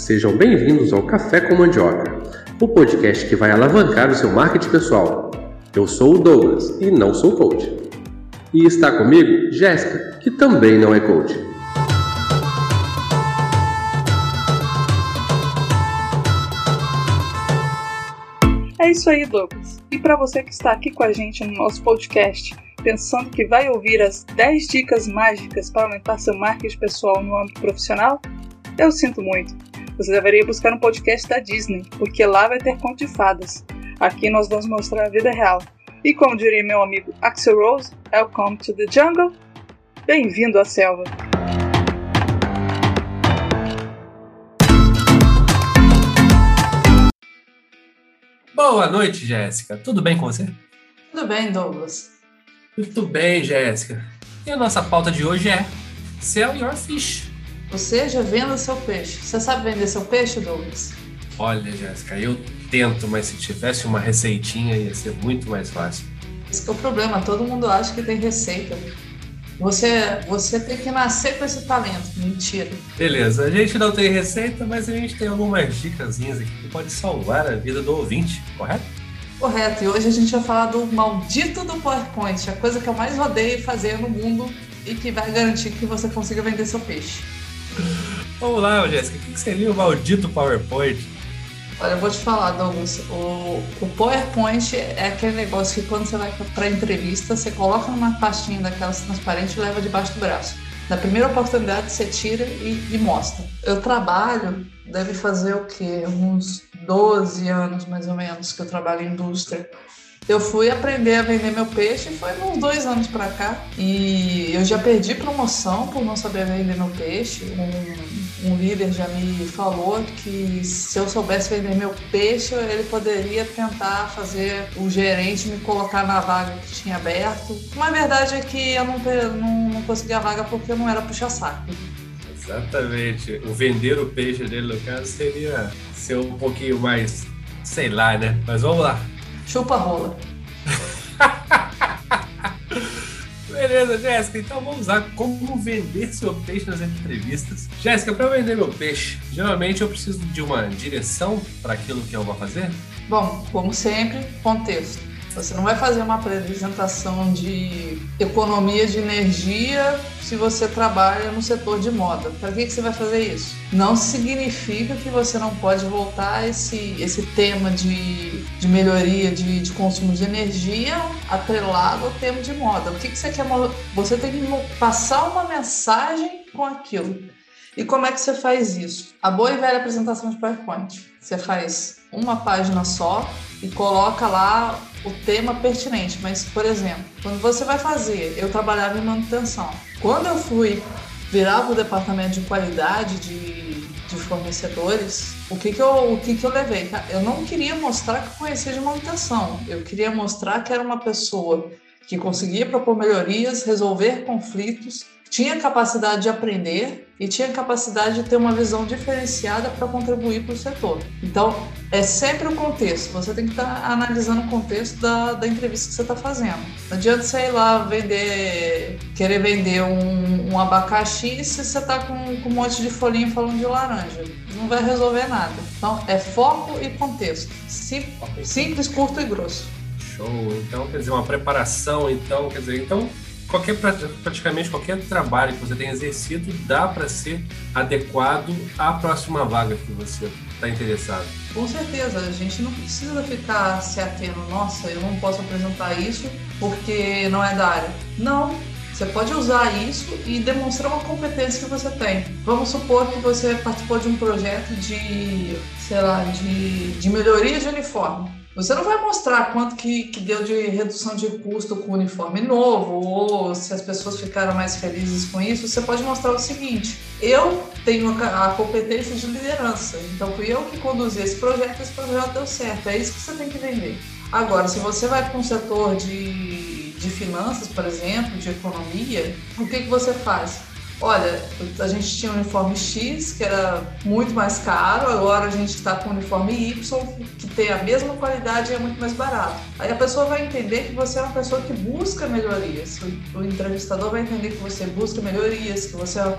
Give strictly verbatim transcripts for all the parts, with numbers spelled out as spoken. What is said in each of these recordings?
Sejam bem-vindos ao Café com Mandioca, o podcast que vai alavancar o seu marketing pessoal. Eu sou o Douglas e não sou coach. E está comigo Jéssica, que também não é coach. É isso aí, Douglas. E para você que está aqui com a gente no nosso podcast, pensando que vai ouvir as dez dicas mágicas para aumentar seu marketing pessoal no âmbito profissional, eu sinto muito. Você deveria buscar um podcast da Disney, porque lá vai ter conto de fadas. Aqui nós vamos mostrar a vida real. E como diria meu amigo Axl Rose, welcome to the jungle. Bem-vindo à selva. Boa noite, Jéssica. Tudo bem com você? Tudo bem, Douglas. Muito bem, Jéssica. E a nossa pauta de hoje é Sell Your Fish. Ou seja, venda seu peixe. Você sabe vender seu peixe, Douglas? Olha, Jéssica, eu tento, mas se tivesse uma receitinha ia ser muito mais fácil. Esse que é o problema, todo mundo acha que tem receita. Você, você tem que nascer com esse talento. Mentira. Beleza, a gente não tem receita, mas a gente tem algumas dicasinhas aqui que pode salvar a vida do ouvinte, correto? Correto, e hoje a gente vai falar do maldito do PowerPoint, a coisa que eu mais odeio fazer no mundo e que vai garantir que você consiga vender seu peixe. Vamos lá, Jéssica, o que seria o maldito PowerPoint? Olha, eu vou te falar, Douglas, o, o PowerPoint é aquele negócio que quando você vai para entrevista, você coloca numa pastinha daquelas transparente e leva debaixo do braço. Na primeira oportunidade você tira e, e mostra. Eu trabalho, deve fazer o quê? Uns doze anos mais ou menos que eu trabalho em indústria. Eu fui aprender a vender meu peixe foi uns dois anos pra cá. E eu já perdi promoção por não saber vender meu peixe. Um, um líder já me falou que se eu soubesse vender meu peixe, ele poderia tentar fazer o gerente me colocar na vaga que tinha aberto. Mas a verdade é que eu não, não, não consegui a vaga porque eu não era puxa-saco. Exatamente. O vender o peixe dele, no caso, seria ser um pouquinho mais, sei lá, né? Mas vamos lá. Chupa rola. Beleza, Jéssica. Então vamos lá. Como vender seu peixe nas entrevistas. Jéssica, para vender meu peixe, geralmente eu preciso de uma direção para aquilo que eu vou fazer? Bom, como sempre, contexto. Você não vai fazer uma apresentação de economia de energia se você trabalha no setor de moda. Para que, que você vai fazer isso? Não significa que você não pode voltar a esse, esse tema de, de melhoria de, de consumo de energia atrelado ao tema de moda. O que, que você quer? Você tem que passar uma mensagem com aquilo. E como é que você faz isso? A boa e velha apresentação de PowerPoint. Você faz uma página só e coloca lá o tema pertinente. Mas, por exemplo, quando você vai fazer, eu trabalhava em manutenção. Quando eu fui virar para o departamento de qualidade de, de fornecedores, o que que eu, o que que eu levei? Eu não queria mostrar que eu conhecia de manutenção. Eu queria mostrar que era uma pessoa que conseguia propor melhorias, resolver conflitos, tinha capacidade de aprender e tinha capacidade de ter uma visão diferenciada para contribuir para o setor. Então, é sempre o contexto. Você tem que estar analisando o contexto da, da entrevista que você está fazendo. Não adianta você ir lá vender, querer vender um, um abacaxi se você está com, com um monte de folhinha falando de laranja. Não vai resolver nada. Então, é foco e contexto. Sim, simples, curto e grosso. Show. Então, quer dizer, uma preparação, então, quer dizer, então... Qualquer, praticamente qualquer trabalho que você tenha exercido dá para ser adequado à próxima vaga que você está interessado. Com certeza, a gente não precisa ficar se atendo, nossa, eu não posso apresentar isso porque não é da área. Não, você pode usar isso e demonstrar uma competência que você tem. Vamos supor que você participou de um projeto de, sei lá, de, de melhoria de uniforme. Você não vai mostrar quanto que, que deu de redução de custo com o uniforme novo ou se as pessoas ficaram mais felizes com isso. Você pode mostrar o seguinte: eu tenho a, a competência de liderança, então fui eu que conduzi esse projeto, esse projeto deu certo. É isso que você tem que vender. Agora, se você vai para um setor de, de finanças, por exemplo, de economia, o que, que você faz? Olha, a gente tinha um uniforme X, que era muito mais caro, agora a gente está com o uniforme Y, que tem a mesma qualidade e é muito mais barato. Aí a pessoa vai entender que você é uma pessoa que busca melhorias, o entrevistador vai entender que você busca melhorias, que você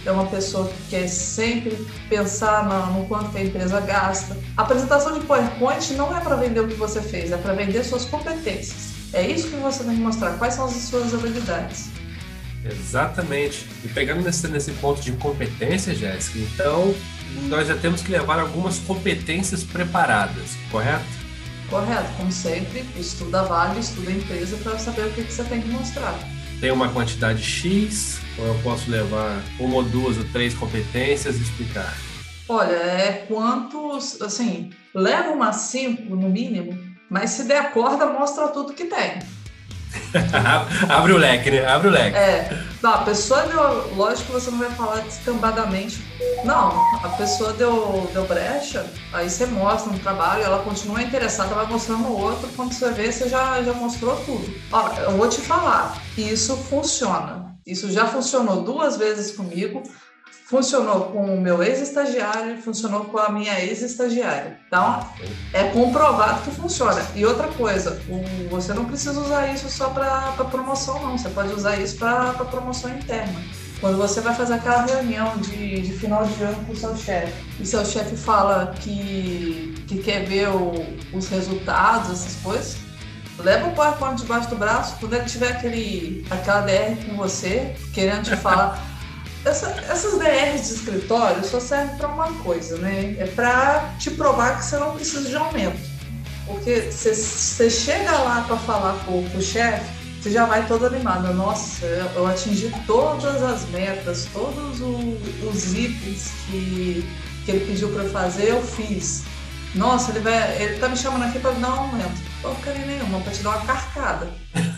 é uma pessoa que quer sempre pensar no, no quanto que a empresa gasta. A apresentação de PowerPoint não é para vender o que você fez, é para vender suas competências. É isso que você tem que mostrar, quais são as suas habilidades. Exatamente. E pegando nesse, nesse ponto de competência, Jéssica, então nós já temos que levar algumas competências preparadas, correto? Correto, como sempre, estuda a vaga, estuda a empresa para saber o que, que você tem que mostrar. Tem uma quantidade X, ou eu posso levar uma ou duas ou três competências e explicar? Olha, é quantos, assim, leva umas cinco no mínimo, mas se der corda, mostra tudo que tem. Abre o leque, né? Abre o leque. É, não, a pessoa deu, lógico que você não vai falar descambadamente, não, a pessoa deu, deu brecha, aí você mostra no trabalho, ela continua interessada, vai mostrando o outro, quando você vê, você já, já mostrou tudo. Ó, eu vou te falar, isso funciona, isso já funcionou duas vezes comigo, funcionou com o meu ex-estagiário e funcionou com a minha ex-estagiária. Então, é comprovado que funciona. E outra coisa, o, você não precisa usar isso só para promoção, não. Você pode usar isso para promoção interna. Quando você vai fazer aquela reunião de, de final de ano com o seu chefe, e seu chefe fala que, que quer ver o, os resultados, essas coisas, leva o PowerPoint debaixo do braço. Quando ele tiver aquele, aquela D R com você, querendo te falar... Essa, essas D Rs de escritório só servem para uma coisa, né? É para te provar que você não precisa de aumento. Porque você chega lá para falar com, com o chefe, você já vai todo animado. Nossa, eu atingi todas as metas, todos os, os itens que, que ele pediu para eu fazer, eu fiz. Nossa, ele, vai, ele tá me chamando aqui para me dar um aumento. Porcaria nenhuma, para te dar uma carcada.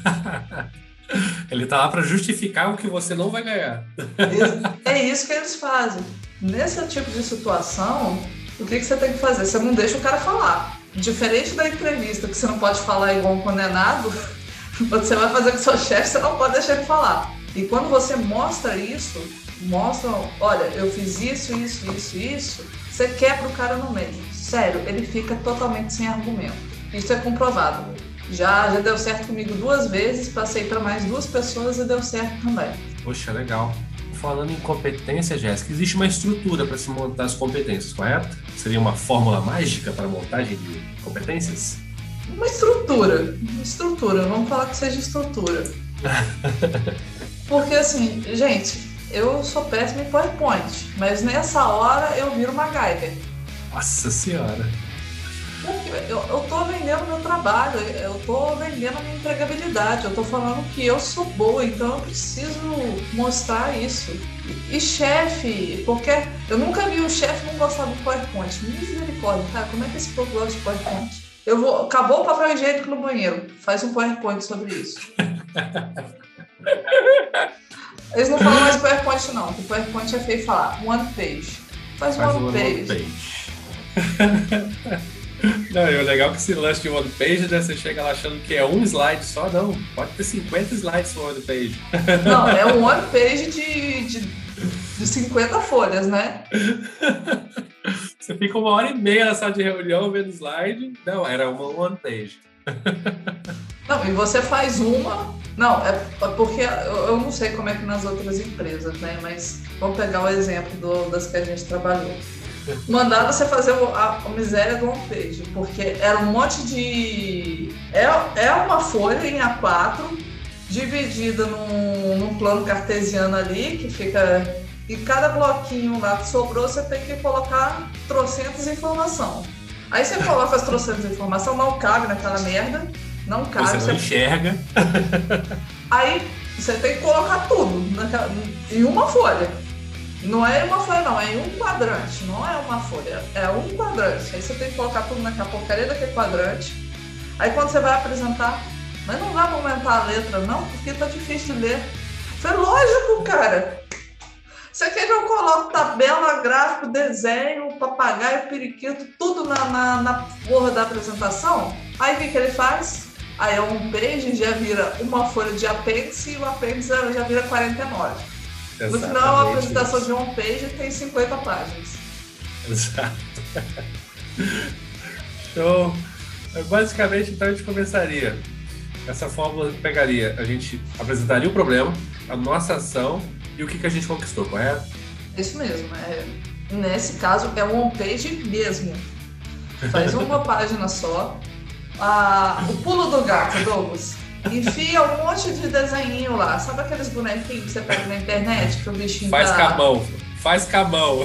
Ele tá lá para justificar o que você não vai ganhar. É isso que eles fazem. Nesse tipo de situação, o que, que você tem que fazer? Você não deixa o cara falar. Diferente da entrevista, que você não pode falar igual um condenado, quando você vai fazer com o seu chefe, você não pode deixar ele falar. E quando você mostra isso, mostra, olha, eu fiz isso, isso, isso, isso, você quebra o cara no meio. Sério, ele fica totalmente sem argumento. Isso é comprovado. Já, já deu certo comigo duas vezes, passei para mais duas pessoas e deu certo também. Poxa, legal. Falando em competência, Jéssica, existe uma estrutura para se montar as competências, correto? Seria uma fórmula mágica para a montagem de competências? Uma estrutura, uma estrutura, vamos falar que seja estrutura. Porque assim, gente, eu sou péssima em PowerPoint, mas nessa hora eu viro uma MacGyver. Nossa Senhora! Eu, eu tô vendendo meu trabalho, eu tô vendendo a minha empregabilidade, eu tô falando que eu sou boa, então eu preciso mostrar isso. E, e chefe, qualquer... Eu nunca vi um chefe não gostar do PowerPoint. Misericórdia, cara, como é que esse povo gosta de PowerPoint? Eu vou... Acabou o papel higiênico no banheiro, faz um PowerPoint sobre isso. Eles não falam mais PowerPoint não, porque PowerPoint é feio falar one page. Faz, faz one, one page. One page. Não, é legal que esse lance de one page, né? Você chega lá achando que é um slide só, não. Pode ter cinquenta slides no one page. Não, é um one page de, de, de cinquenta folhas, né? Você fica uma hora e meia na sala de reunião vendo slide. Não, era uma one page. Não, e você faz uma... Não, é porque eu não sei como é que nas outras empresas, né? Mas vamos pegar o exemplo do, das que a gente trabalhou. Mandava você fazer a, a miséria do homepage, porque era um monte de... É, é uma folha em A quatro, dividida num, num plano cartesiano ali, que fica... E cada bloquinho lá que sobrou, você tem que colocar trocentas informação. Aí você coloca as trocentas informação, não cabe naquela merda, não cabe. Você não você... enxerga. Aí você tem que colocar tudo naquela, em uma folha. Não é uma folha não, é em um quadrante, não é uma folha, é um quadrante. Aí você tem que colocar tudo naquela porcaria daquele quadrante. Aí quando você vai apresentar, mas não dá pra aumentar a letra não, porque tá difícil de ler. Foi lógico, cara. Você quer que eu coloque tabela, gráfico, desenho, papagaio, periquito, tudo na, na, na porra da apresentação? Aí o que, que ele faz? Aí é um page, já vira uma folha de apêndice e o apêndice já vira quarenta e nove. No final, a apresentação isso. de one page tem cinquenta páginas. Exato. Então, basicamente, então a gente começaria. Essa fórmula pegaria, a gente apresentaria o problema, a nossa ação e o que, que a gente conquistou, correto? É isso mesmo. É, nesse caso, é um homepage mesmo. Faz uma página só. Ah, o pulo do gato, Douglas. Enfia um monte de desenhinho lá. Sabe aqueles bonequinhos que você pega na internet que o bichinho Faz tá... com a mão. Faz com a mão.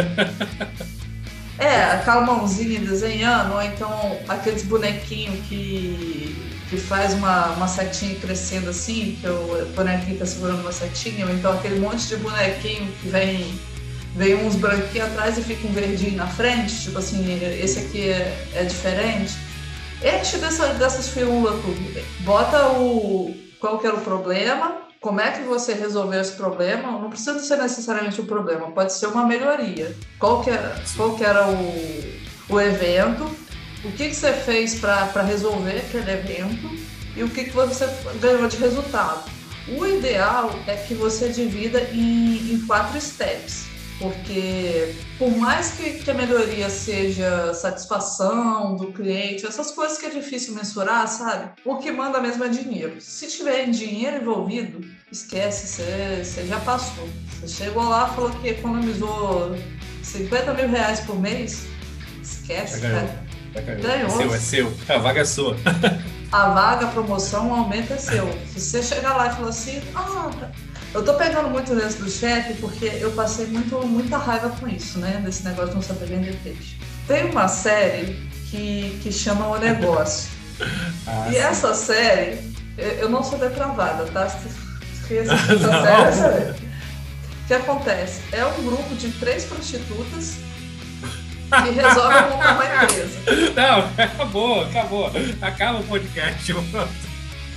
É, aquela mãozinha desenhando, ou então aqueles bonequinhos que, que faz uma, uma setinha crescendo assim, que o bonequinho tá segurando uma setinha, ou então aquele monte de bonequinho que vem, vem uns branquinhos atrás e fica um verdinho na frente, tipo assim, esse aqui é, é diferente. Enche dessa, dessas firulas tudo. Bota o qual que era o problema, como é que você resolveu esse problema. Não precisa ser necessariamente um problema, pode ser uma melhoria. Qual que era, qual que era o, o evento, o que, que você fez para resolver aquele evento e o que, que você ganhou de resultado. O ideal é que você divida em, em quatro steps. Porque por mais que, que a melhoria seja satisfação do cliente, essas coisas que é difícil mensurar, sabe? O que manda mesmo é dinheiro. Se tiver dinheiro envolvido, esquece, você, você já passou. Você chegou lá e falou que economizou cinquenta mil reais por mês, esquece, já ganhou, cara. Já ganhou. Ganhou. É seu, é seu. A vaga é sua. A vaga, a promoção, o aumento é seu. Se você chegar lá e falar assim, ah... Eu tô pegando muito nesse do chefe porque eu passei muito, muita raiva com isso, né? Desse negócio de não saber vender peixe. Tem uma série que, que chama O Negócio. Ah, e sim. Essa série, eu não sou depravada, tá? Se essa série, essa série. O que acontece? É um grupo de três prostitutas que resolvem montar uma empresa. Não, acabou, acabou. Acaba o podcast, pronto.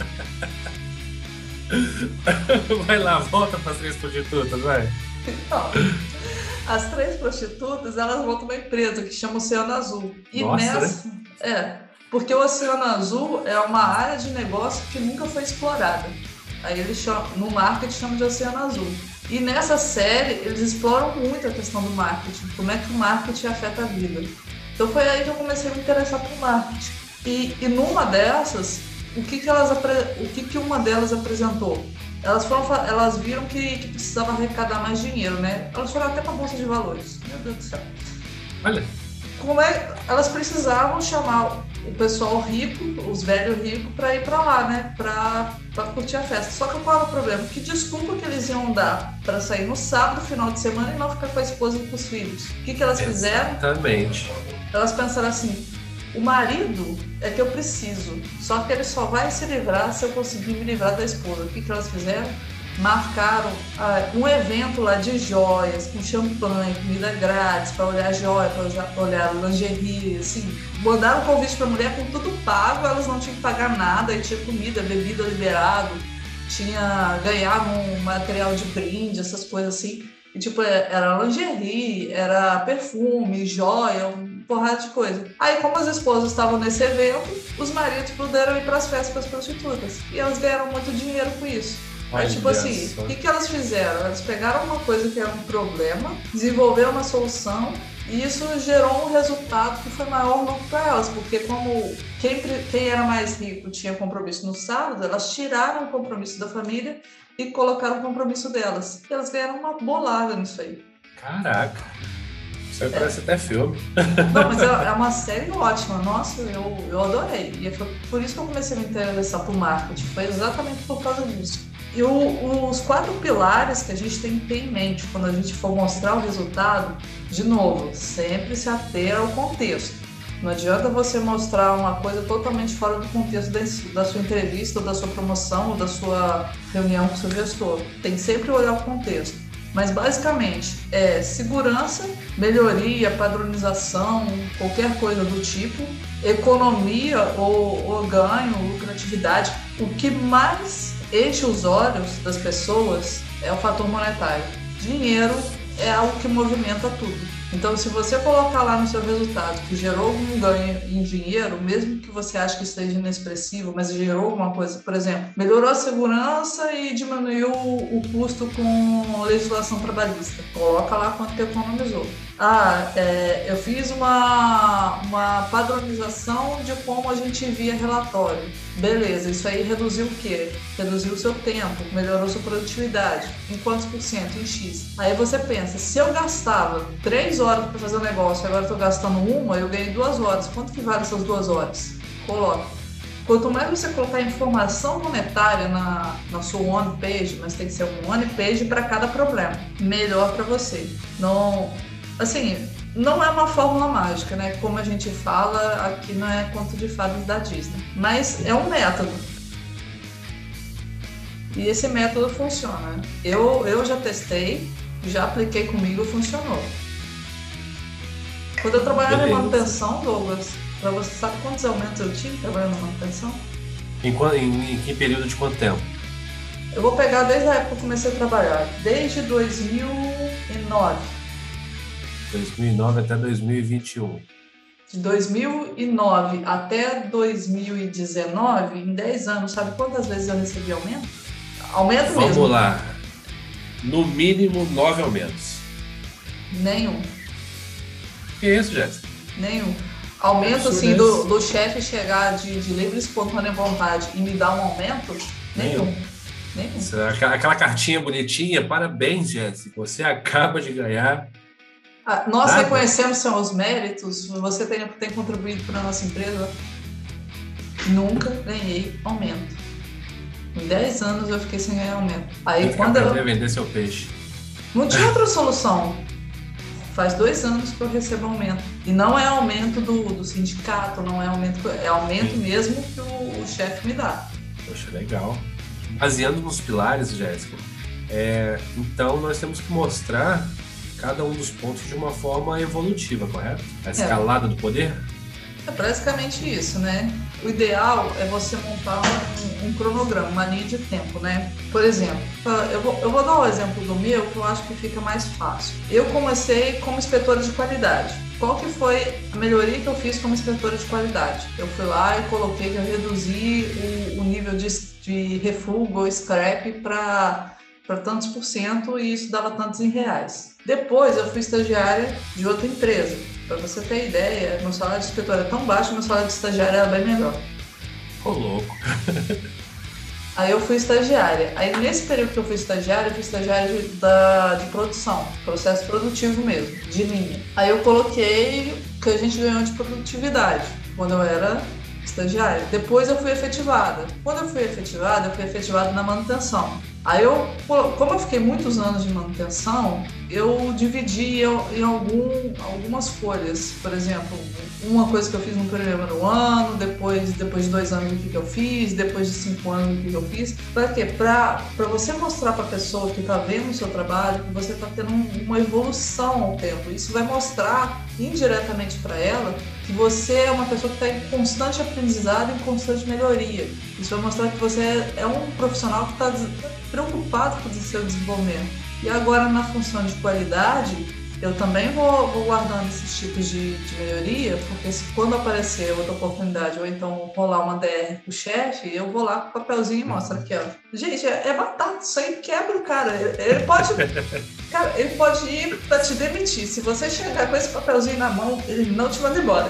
Vai lá, volta para as três prostitutas, vai. Então, as três prostitutas, elas montam uma empresa que chama Oceano Azul. E Nossa, nessa, né? É, porque o Oceano Azul é uma área de negócio que nunca foi explorada. Aí eles chamam, no marketing chamam de Oceano Azul. E nessa série, eles exploram muito a questão do marketing, como é que o marketing afeta a vida. Então foi aí que eu comecei a me interessar por marketing. E, e numa dessas, o que que, elas, o que que uma delas apresentou? Elas, foram, elas viram que, que precisava arrecadar mais dinheiro, né? Elas foram até para a Bolsa de Valores. Meu Deus do céu. Olha. Como é, elas precisavam chamar o pessoal rico, os velhos ricos, para ir para lá, né? Para curtir a festa. Só que qual era o problema? Que desculpa que eles iam dar para sair no sábado, final de semana, e não ficar com a esposa e com os filhos? O que que elas fizeram? Exatamente. Elas pensaram assim... O marido é que eu preciso, só que ele só vai se livrar se eu conseguir me livrar da esposa. O que que elas fizeram? Marcaram ah, um evento lá de joias, com champanhe, comida grátis, para olhar joia, para olhar lingerie, assim. Mandaram um convite para a mulher com tudo pago, elas não tinham que pagar nada, e tinha comida, bebida liberado, tinha ganhava um material de brinde, essas coisas assim. E, tipo, era lingerie, era perfume, joia, um porrada de coisa. Aí, como as esposas estavam nesse evento, os maridos puderam ir para as festas com as prostitutas. E elas ganharam muito dinheiro com isso. Aí, tipo assim, o que que elas fizeram? Elas pegaram uma coisa que era um problema, desenvolveram uma solução, e isso gerou um resultado que foi maior lucro para elas, porque como quem, quem era mais rico tinha compromisso no sábado, elas tiraram o compromisso da família e colocaram o compromisso delas. E elas ganharam uma bolada nisso aí. Caraca! Isso aí parece é. até filme. Não, mas é, é uma série ótima. Nossa, eu, eu adorei. E foi por isso que eu comecei a me interessar por marketing. Foi exatamente por causa disso. E o, os quatro pilares que a gente tem que ter em mente quando a gente for mostrar o resultado, de novo, sempre se ater ao contexto. Não adianta você mostrar uma coisa totalmente fora do contexto da sua entrevista, ou da sua promoção, ou da sua reunião com o seu gestor. Tem que sempre olhar o contexto. Mas basicamente é segurança, melhoria, padronização, qualquer coisa do tipo, economia ou, ou ganho, lucratividade. O que mais enche os olhos das pessoas é o fator monetário. Dinheiro é algo que movimenta tudo. Então, se você colocar lá no seu resultado que gerou algum ganho em dinheiro, mesmo que você ache que esteja inexpressivo, mas gerou alguma coisa, por exemplo, melhorou a segurança e diminuiu o custo com legislação trabalhista, coloca lá quanto que economizou. Ah, é, eu fiz uma, uma padronização de como a gente envia relatório. Beleza, isso aí reduziu o quê? Reduziu o seu tempo, melhorou sua produtividade. Em quantos por cento? Em X. Aí você pensa, se eu gastava três horas para fazer o negócio e agora estou gastando uma, eu ganhei duas horas. Quanto que vale essas duas horas? Coloca. Quanto mais você colocar informação monetária na, na sua one page, mas tem que ser um one page para cada problema, melhor para você. Não... Assim, não é uma fórmula mágica, né? Como a gente fala, aqui não é conto de fadas da Disney. Mas é um método. E esse método funciona. Eu, eu já testei, já apliquei comigo, funcionou. Quando eu trabalhava na manutenção, Douglas, pra você sabe quantos aumentos eu tive trabalhando na manutenção? Em, em, em que período de quanto tempo? Eu vou pegar desde a época que eu comecei a trabalhar, desde dois mil e nove. dois mil e nove até dois mil e vinte e um. De dois mil e nove até dois mil e dezenove, em dez anos, sabe quantas vezes eu recebi aumento? Aumento Vamos mesmo. Vamos lá. No mínimo nove aumentos. Nenhum. Que isso, Jéssica? Nenhum. Aumento, assim, do, do chefe chegar de, de livre e espontânea vontade e me dar um aumento? Nenhum. Nenhum. Nenhum. Aquela cartinha bonitinha, parabéns, Jéssica. Você acaba de ganhar. Ah, nós Nada. reconhecemos seus méritos, você tem, tem contribuído para a nossa empresa. Nunca ganhei aumento. Em dez anos eu fiquei sem ganhar aumento. Aí Tem quando eu... vender seu peixe. Não tinha outra solução. Faz dois anos que eu recebo aumento. E não é aumento do, do sindicato, não é aumento, é aumento Sim. mesmo que o, o chefe me dá. Poxa, legal. Baseando nos pilares, Jéssica, é, então nós temos que mostrar cada um dos pontos de uma forma evolutiva, correto? A escalada é. do poder? É basicamente isso, né? O ideal é você montar um, um cronograma, uma linha de tempo, né? Por exemplo, eu vou, eu vou dar um exemplo do meu que eu acho que fica mais fácil. Eu comecei como inspetora de qualidade. Qual que foi a melhoria que eu fiz como inspetora de qualidade? Eu fui lá e coloquei que eu reduzi o, o nível de, de refúgio ou scrap para para tantos por cento e isso dava tantos em reais. Depois eu fui estagiária de outra empresa. Para você ter ideia, meu salário de inspetora é tão baixo que meu salário de estagiária era bem melhor. Ô, louco! Aí eu fui estagiária. Aí nesse período que eu fui estagiária, eu fui estagiária de, da, de produção, processo produtivo mesmo, de linha. Aí eu coloquei o que a gente ganhou de produtividade quando eu era estagiária. Depois eu fui efetivada. Quando eu fui efetivada, eu fui efetivada na manutenção. Aí eu, como eu fiquei muitos anos de manutenção, eu dividi em algum, algumas folhas. Por exemplo, uma coisa que eu fiz no primeiro ano, depois, depois de dois anos o que eu fiz, depois de cinco anos o que eu fiz. Para quê? Para você mostrar para a pessoa que está vendo o seu trabalho que você está tendo uma evolução ao tempo. Isso vai mostrar indiretamente para ela que você é uma pessoa que está em constante aprendizado e em constante melhoria. Isso vai mostrar que você é um profissional que está preocupado com o seu desenvolvimento. E agora, na função de qualidade, eu também vou, vou guardando esses tipos de, de melhoria, porque se quando aparecer outra oportunidade ou então rolar uma D R com o chefe, eu vou lá com o papelzinho e mostro aqui, ó. Gente, é, é batata, isso aí quebra o cara. Ele pode, cara, ele pode ir para te demitir. Se você chegar com esse papelzinho na mão, ele não te manda embora.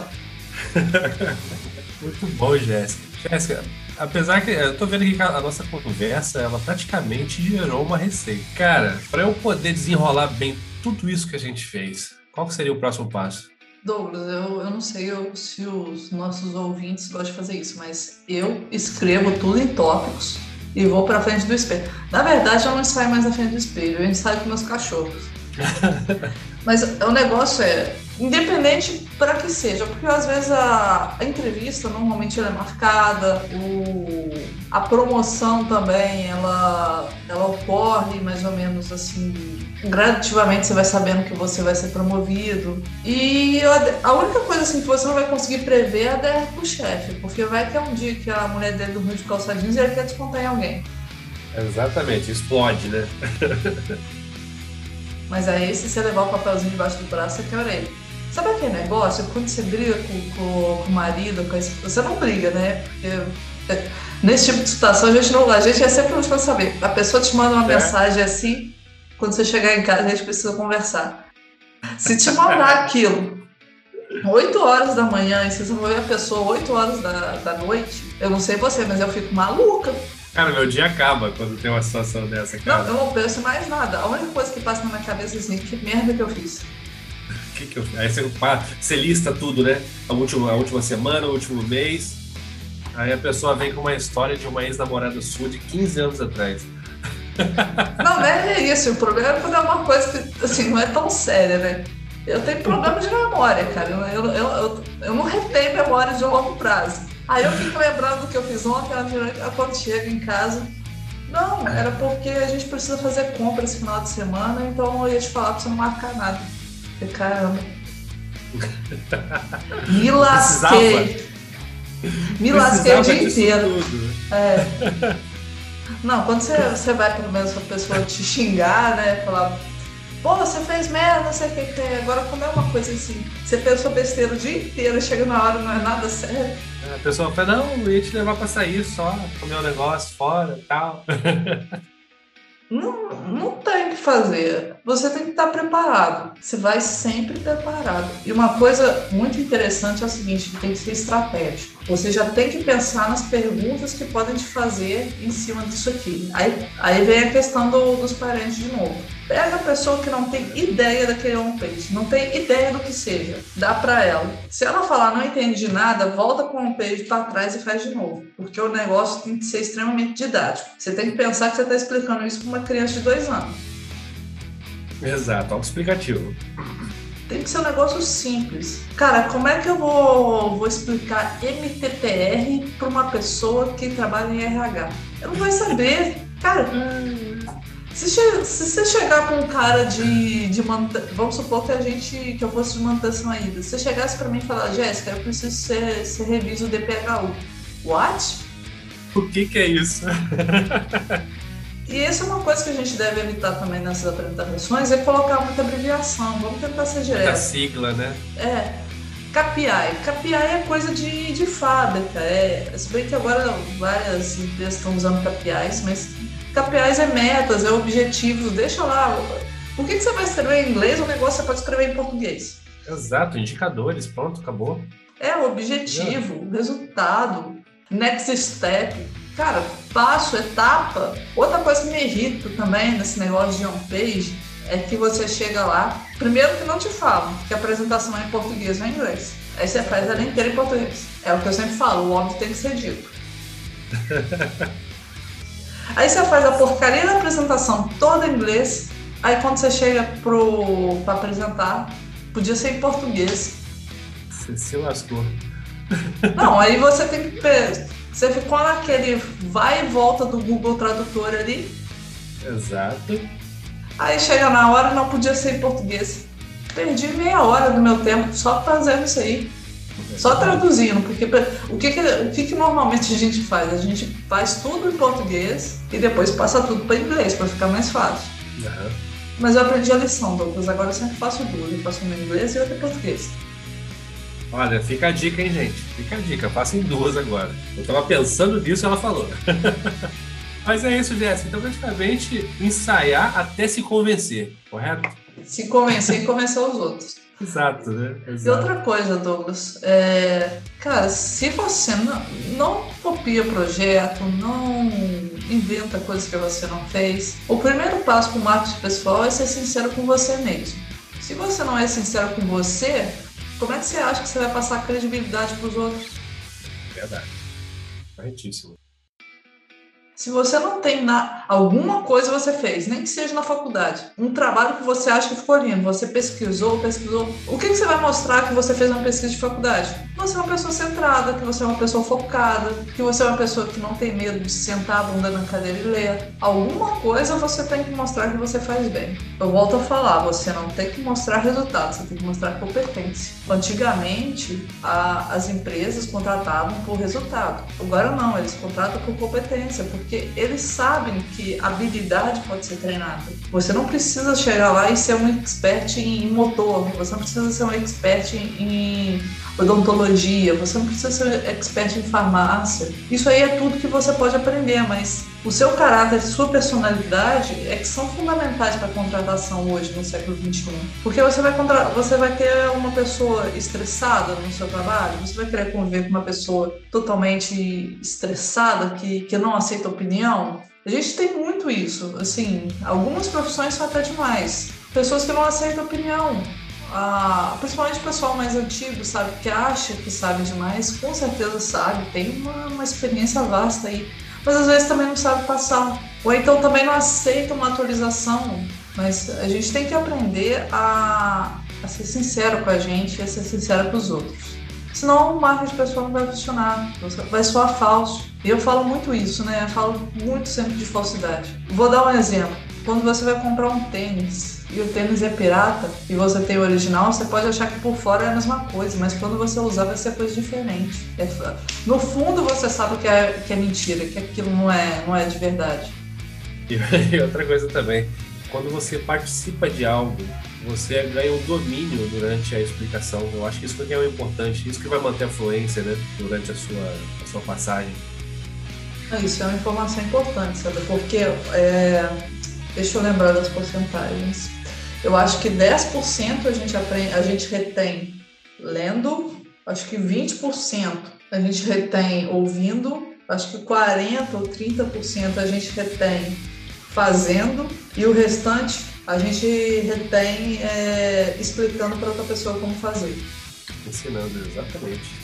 Muito bom, Jéssica. Jéssica, apesar que eu tô vendo aqui que a nossa conversa, ela praticamente gerou uma receita. Cara, para eu poder desenrolar bem tudo isso que a gente fez, qual que seria o próximo passo? Douglas, eu, eu não sei eu, se os nossos ouvintes gostam de fazer isso, mas eu escrevo tudo em tópicos e vou pra frente do espelho. Na verdade, eu não ensaio mais na frente do espelho, eu ensaio com meus cachorros. Mas o negócio é, independente para que seja, porque às vezes a, a entrevista normalmente ela é marcada, o, a promoção também ela, ela ocorre mais ou menos assim, gradativamente você vai sabendo que você vai ser promovido. E a, a única coisa assim que você não vai conseguir prever é a D R pro chefe, porque vai ter um dia que a mulher dele dormiu de calça jeans e ele quer descontar em alguém. Exatamente, explode, né? Mas aí, se você levar o papelzinho debaixo do braço, você quebra ele. Sabe aquele negócio? Quando você briga com, com, com o marido, com a esposa, você não briga, né? Porque nesse tipo de situação, a gente não. A gente é sempre o último a saber. A pessoa te manda uma é. mensagem assim, quando você chegar em casa, a gente precisa conversar. Se te mandar aquilo oito horas da manhã e você vai ver a pessoa oito horas da, da noite, eu não sei você, mas eu fico maluca. Cara, meu dia acaba quando tem uma situação dessa, cara. Não, eu não penso em mais nada. A única coisa que passa na minha cabeça é assim, que merda que eu fiz. Que que eu... Aí você, você lista tudo, né? A última, a última semana, o último mês. Aí a pessoa vem com uma história de uma ex-namorada sua de quinze anos atrás. Não, não é isso. O problema é quando é uma coisa que assim, não é tão séria, né? Eu tenho problema de memória, cara. Eu, eu, eu, eu, eu não retenho memória de longo prazo. Aí eu fico lembrando do que eu fiz ontem, quando chego em casa. Não, era porque a gente precisa fazer compra esse final de semana, então eu ia te falar pra você não marcar nada. Falei, caramba. Me lasquei. Me lasquei o dia inteiro. É. Não, quando você, você vai pelo menos pra pessoa te xingar, né? Falar, pô, você fez merda, não sei o que que é. Agora, quando é uma coisa assim, você pensou besteira o dia inteiro, chega na hora, não é nada sério. A pessoa fala, não, eu ia te levar pra sair só, comer um negócio fora e tal. Não, não tem o que fazer. Você tem que estar preparado. Você vai sempre preparado. E uma coisa muito interessante é o seguinte, tem que ser estratégico. Você já tem que pensar nas perguntas que podem te fazer em cima disso aqui. Aí, aí vem a questão do, dos parentes de novo. Pega a pessoa que não tem ideia daquele homepage, não tem ideia do que seja, dá pra ela. Se ela falar não entende de nada, volta com o homepage pra trás e faz de novo. Porque o negócio tem que ser extremamente didático. Você tem que pensar que você tá explicando isso pra uma criança de dois anos. Exato, autoexplicativo. Tem que ser um negócio simples. Cara, como é que eu vou, vou explicar M T T R pra uma pessoa que trabalha em R H? Eu não vai saber. Cara... Se, che- se você chegar com um cara de, de manutenção, vamos supor que a gente, que eu fosse de manutenção ainda, se você chegasse pra mim e falar, Jéssica, eu preciso ser, ser reviso o D P H U. What? O que que é isso? E essa é uma coisa que a gente deve evitar também nessas apresentações, é colocar muita abreviação. Vamos tentar ser direto. Muita sigla, né? É. K P I. K P I é coisa de, de fábrica. É, se bem que agora várias empresas estão usando K P Is, mas K P Is é metas, é objetivos, deixa lá. Por que, que você vai escrever em inglês um negócio que você pode escrever em português? Exato, indicadores, pronto, acabou. É, objetivo, é. resultado, next step. Cara, passo, etapa. Outra coisa que me irrita também nesse negócio de homepage é que você chega lá, primeiro que não te falam que a apresentação é em português ou em inglês. Aí você faz ela inteira em português. É o que eu sempre falo, o óbvio tem que ser dito. Aí você faz a porcaria da apresentação toda em inglês, aí quando você chega pro, pra apresentar, podia ser em português. Você se lascou. Não, aí você tem que... Você ficou naquele vai e volta do Google Tradutor ali. Exato. Aí chega na hora, não podia ser em português. Perdi meia hora do meu tempo só fazendo isso aí. Só traduzindo, porque o que que, o que que normalmente a gente faz? A gente faz tudo em português e depois passa tudo para inglês, para ficar mais fácil. Uhum. Mas eu aprendi a lição, Douglas. Agora eu sempre faço duas. Eu faço uma em inglês e outra em português. Olha, fica a dica, hein, gente? Fica a dica, faça em duas agora. Eu tava pensando nisso e ela falou. Mas é isso, Jéssica. Então, praticamente, ensaiar até se convencer, correto? Se convencer e convencer os outros. Exato, né? Exato. E outra coisa, Douglas, é... cara, se você não, não copia projeto, não inventa coisas que você não fez, o primeiro passo para o marketing pessoal é ser sincero com você mesmo. Se você não é sincero com você, como é que você acha que você vai passar credibilidade para os outros? Verdade. Corretíssimo. Se você não tem na... alguma coisa você fez, nem que seja na faculdade, um trabalho que você acha que ficou lindo, você pesquisou, pesquisou, o que, que você vai mostrar que você fez uma pesquisa de faculdade? Você é uma pessoa centrada, que você é uma pessoa focada, que você é uma pessoa que não tem medo de sentar a bunda na cadeira e ler. Alguma coisa você tem que mostrar que você faz bem. Eu volto a falar, você não tem que mostrar resultado, você tem que mostrar competência. Antigamente, a... as empresas contratavam por resultado. Agora não, eles contratam por competência, porque porque eles sabem que habilidade pode ser treinada. Você não precisa chegar lá e ser um expert em motor, você não precisa ser um expert em odontologia, você não precisa ser expert em farmácia. Isso aí é tudo que você pode aprender, mas o seu caráter, sua personalidade é que são fundamentais para a contratação hoje no século vinte e um. Porque você vai, contra... você vai ter uma pessoa estressada no seu trabalho, você vai querer conviver com uma pessoa totalmente estressada, que, que não aceita opinião. A gente tem muito isso, assim, algumas profissões são até demais. Pessoas que não aceitam opinião. Ah, principalmente o pessoal mais antigo, sabe, que acha que sabe demais, com certeza sabe, tem uma, uma experiência vasta aí, mas às vezes também não sabe passar, ou então também não aceita uma atualização. Mas a gente tem que aprender a, a ser sincero com a gente e a ser sincero com os outros. Senão o marketing pessoal não vai funcionar, vai soar falso. E eu falo muito isso, né? Eu falo muito sempre de falsidade. Vou dar um exemplo. Quando você vai comprar um tênis e o tênis é pirata e você tem o original, você pode achar que por fora é a mesma coisa, mas quando você usar vai ser coisa diferente. É, no fundo você sabe que é, que é mentira, que aquilo não é, não é de verdade. E outra coisa também, quando você participa de algo, você ganha um domínio durante a explicação. Eu acho que isso que é o importante, isso que vai manter a fluência, né, durante a sua, a sua passagem. Isso é uma informação importante, sabe? Porque, é, deixa eu lembrar das porcentagens. Eu acho que dez por cento a gente, aprende, a gente retém lendo, acho que vinte por cento a gente retém ouvindo, acho que quarenta ou trinta por cento a gente retém fazendo e o restante a gente retém é, explicando para outra pessoa como fazer. Ensinando, exatamente.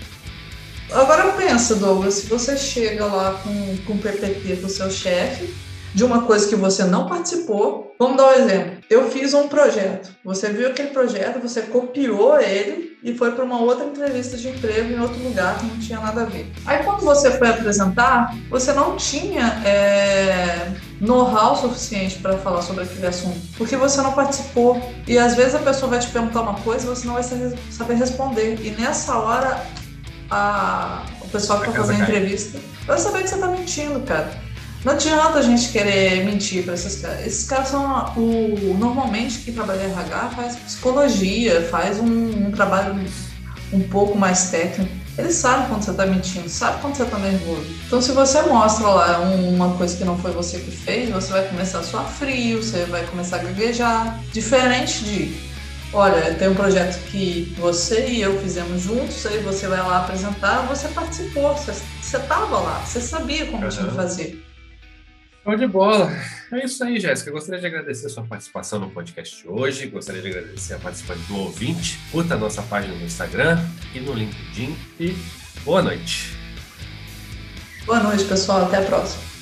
Agora pensa, Douglas, se você chega lá com, com P P T com o seu chefe, de uma coisa que você não participou, vamos dar um exemplo. Eu fiz um projeto, você viu aquele projeto, você copiou ele e foi para uma outra entrevista de emprego em outro lugar que não tinha nada a ver. Aí quando você foi apresentar, você não tinha é, know-how suficiente para falar sobre aquele assunto, porque você não participou. E às vezes a pessoa vai te perguntar uma coisa e você não vai saber responder. E nessa hora, a, o pessoal que vai fazer a entrevista vai saber que você está mentindo, cara. Não adianta a gente querer mentir para esses caras. Esses caras são, o, normalmente, quem trabalha em R H faz psicologia, faz um, um trabalho um pouco mais técnico. Eles sabem quando você está mentindo, sabem quando você está nervoso. Então, se você mostra lá um, uma coisa que não foi você que fez, você vai começar a suar frio, você vai começar a gaguejar. Diferente de, olha, tem um projeto que você e eu fizemos juntos, aí você vai lá apresentar, você participou, você estava lá, você sabia como uhum. tinha que fazer. Show de bola. É isso aí, Jéssica. Eu gostaria de agradecer a sua participação no podcast de hoje. Gostaria de agradecer a participação do ouvinte. Curta a nossa página no Instagram e no LinkedIn. E boa noite. Boa noite, pessoal. Até a próxima.